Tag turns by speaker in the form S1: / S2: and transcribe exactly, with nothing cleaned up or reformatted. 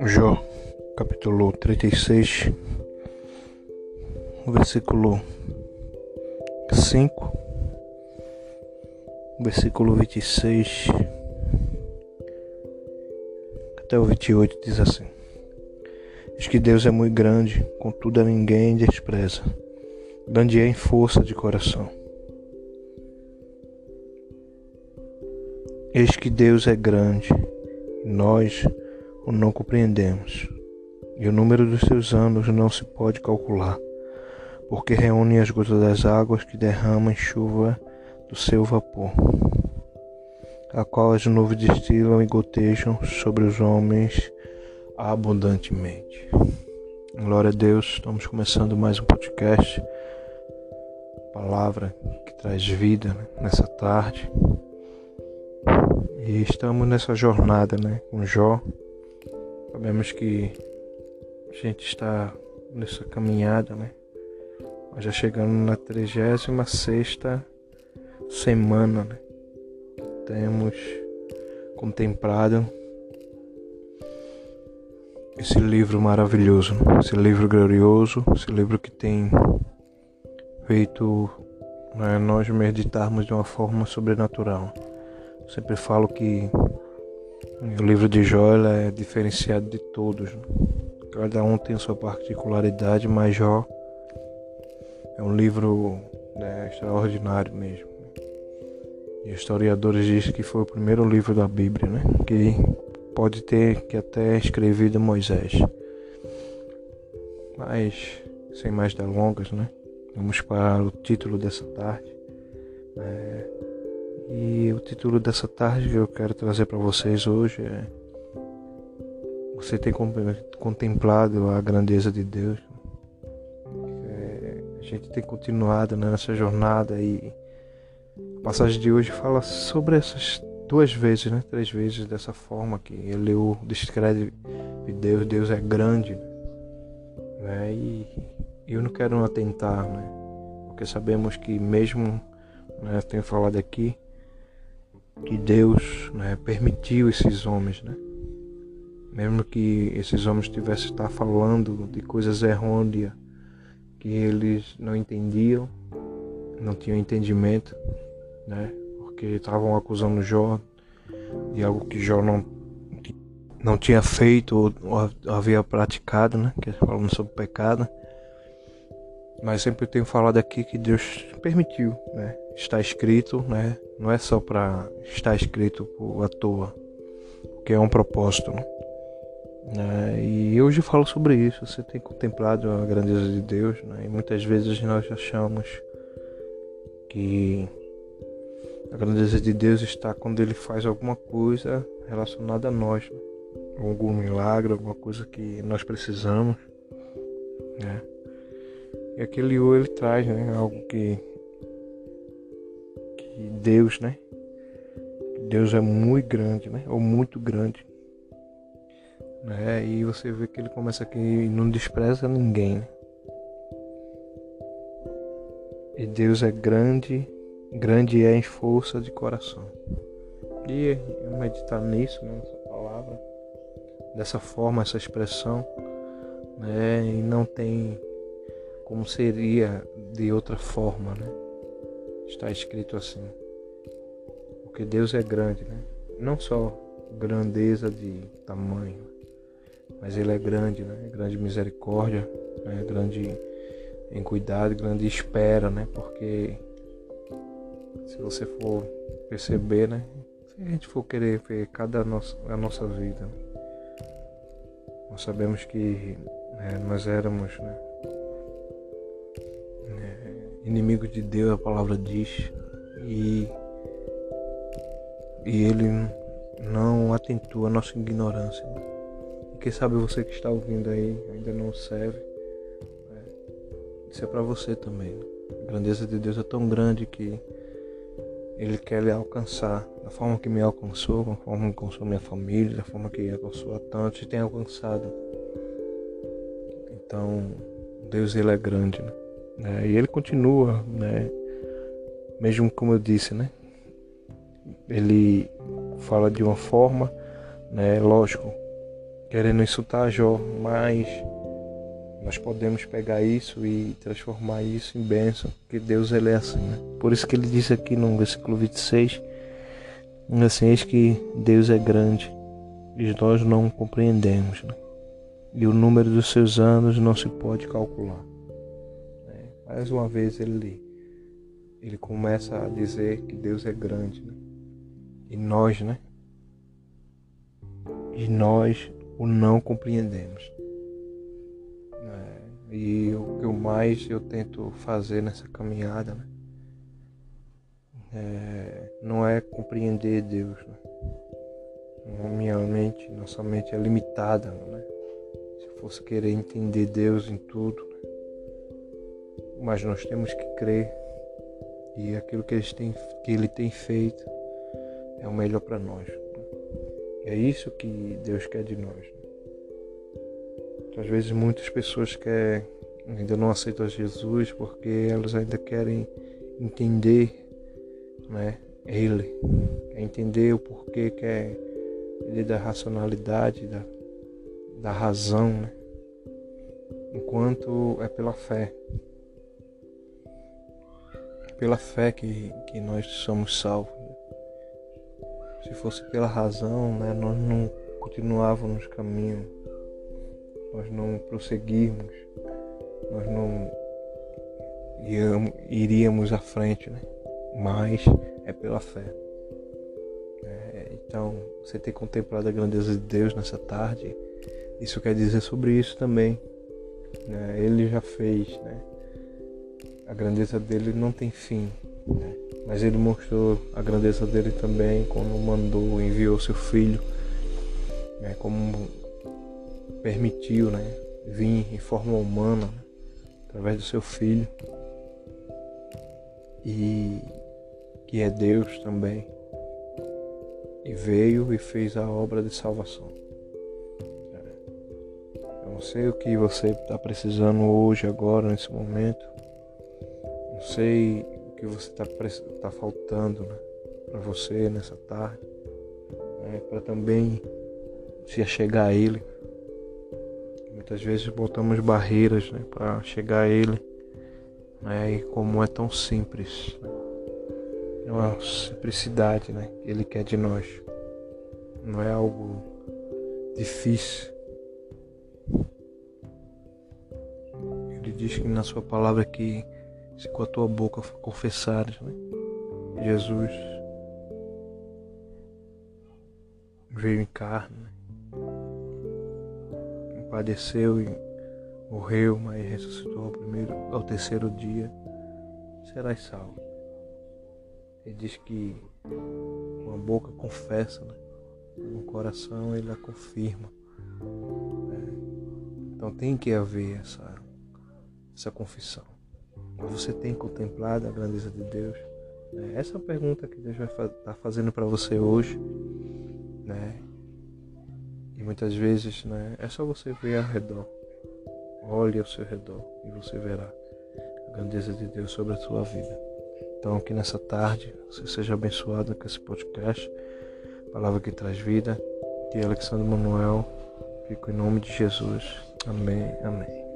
S1: Jó, capítulo trinta e seis, versículo cinco, versículo vinte e seis até o vinte e oito diz assim: Diz que Deus é muito grande, contudo a ninguém despreza. Grande é em força de coração. Eis que Deus é grande, e nós o não compreendemos, e o número dos seus anos não se pode calcular, porque reúne as gotas das águas que derramam em chuva do seu vapor, a qual as nuvens destilam e gotejam sobre os homens abundantemente. Glória a Deus, estamos começando mais um podcast, palavra que traz vida, né, nessa tarde. E estamos nessa jornada, né, com Jó. Sabemos que a gente está nessa caminhada, né? Nós já chegando na trigésima sexta semana, né? Temos contemplado esse livro maravilhoso, né? Esse livro glorioso, esse livro que tem feito, né, nós meditarmos de uma forma sobrenatural. Eu sempre falo que o livro de Jó é diferenciado de todos, né? Cada um tem sua particularidade, mas Jó é um livro, né, extraordinário mesmo. E historiadores dizem que foi o primeiro livro da Bíblia, né, que pode ter que até escrevido Moisés. Mas, sem mais delongas, né, vamos para o título dessa tarde. É, e o título dessa tarde que eu quero trazer para vocês hoje é: Você tem contemplado a grandeza de Deus? É, a gente tem continuado, né, nessa jornada, e a passagem de hoje fala sobre essas duas vezes, né, três vezes dessa forma que ele o descreve de Deus. Deus é grande, né, e eu não quero atentar, né, porque sabemos que mesmo, né, tenho falado aqui, que Deus, né, permitiu esses homens, né, mesmo que esses homens tivessem estar falando de coisas errôneas que eles não entendiam, não tinham entendimento, né, porque estavam acusando Jó de algo que Jó não, não tinha feito ou, ou havia praticado, né, que falando sobre pecado. Mas sempre tenho falado aqui que Deus permitiu, né? Está escrito, né? Não é só para estar escrito à toa, porque é um propósito, né? É, e hoje eu falo sobre isso. Você tem contemplado a grandeza de Deus, né? E muitas vezes nós achamos que a grandeza de Deus está quando Ele faz alguma coisa relacionada a nós, né? Algum milagre, alguma coisa que nós precisamos, né? E aquele o ele traz, né, algo que, que Deus, né, Deus é muito grande, né, ou muito grande, né, e você vê que ele começa aqui e não despreza ninguém, né? E Deus é grande, grande é em força de coração. E eu meditar nisso, né, nessa palavra, dessa forma, essa expressão, né, e não tem como seria de outra forma, né? Está escrito assim, porque Deus é grande, né? Não só grandeza de tamanho, mas Ele é grande, né? Grande misericórdia, né? Grande em cuidado, grande espera, né? Porque se você for perceber, né? Se a gente for querer ver cada nossa, a nossa vida, né? Nós sabemos que, né, nós éramos, né, inimigos de Deus, a palavra diz, e, e Ele não atentou à nossa ignorância, né? E quem sabe você que está ouvindo aí ainda não serve, né? Isso é para você também, né? A grandeza de Deus é tão grande que Ele quer lhe alcançar da forma que me alcançou, da forma que alcançou minha família, da forma que alcançou a tantos e tem alcançado. Então Deus, Ele é grande, né? É, e Ele continua, né? Mesmo como eu disse, né? Ele fala de uma forma, né? Lógico, querendo insultar Jó, mas nós podemos pegar isso e transformar isso em bênção, porque Deus ele é assim, né? Por isso que ele diz aqui no versículo vinte e seis, assim, eis que Deus é grande e nós não compreendemos, né? E o número dos seus anos não se pode calcular. Né? Mais uma vez ele, ele começa a dizer que Deus é grande, né? E nós, né? E nós o não compreendemos. É, e o que eu mais eu tento fazer nessa caminhada, né? É, não é compreender Deus, né? Minha mente, nossa mente é limitada, né? Se fosse querer entender Deus em tudo, né? Mas nós temos que crer e aquilo que ele tem, que ele tem feito é o melhor para nós, né? É isso que Deus quer de nós, né? Às vezes muitas pessoas querem, ainda não aceitam Jesus porque elas ainda querem entender, né, Ele, quer entender o porquê, quer entender da racionalidade, da, da razão, né? Enquanto é pela fé, é pela fé que, que nós somos salvos. Se fosse pela razão, né, nós não continuávamos no caminho, nós não prosseguirmos, nós não iríamos, iríamos à frente, né? Mas é pela fé. É, então, você ter contemplado a grandeza de Deus nessa tarde, isso quer dizer sobre isso também, né? Ele já fez, né? A grandeza dele não tem fim, né? Mas ele mostrou a grandeza dele também quando mandou, enviou seu filho, né? Como permitiu, né? Vir em forma humana, né? Através do seu filho, e que é Deus também, e veio e fez a obra de salvação. Eu não sei o que você está precisando hoje, agora, nesse momento. Não sei o que você está tá faltando, né, para você nessa tarde, né, para também se achegar a Ele. Muitas vezes botamos barreiras, né, para chegar a Ele, né, e como é tão simples, né? É uma simplicidade, né, que Ele quer de nós. Não é algo difícil. Ele diz que na sua palavra que se com a tua boca confessares, né, Jesus veio em carne, né, padeceu e morreu, mas ressuscitou ao primeiro, ao terceiro dia, serás salvo. Ele diz que com a boca confessa, né? No coração ele a confirma, né? Então tem que haver essa, essa confissão. Você tem contemplado a grandeza de Deus? Né? Essa é a pergunta que Deus vai estar fazendo para você hoje, né? E muitas vezes, né, é só você ver ao redor. Olhe ao seu redor e você verá a grandeza de Deus sobre a sua vida. Então, que nessa tarde você seja abençoado com esse podcast, palavra que traz vida. Que Alexandre Manuel, fico em nome de Jesus. Amém, amém.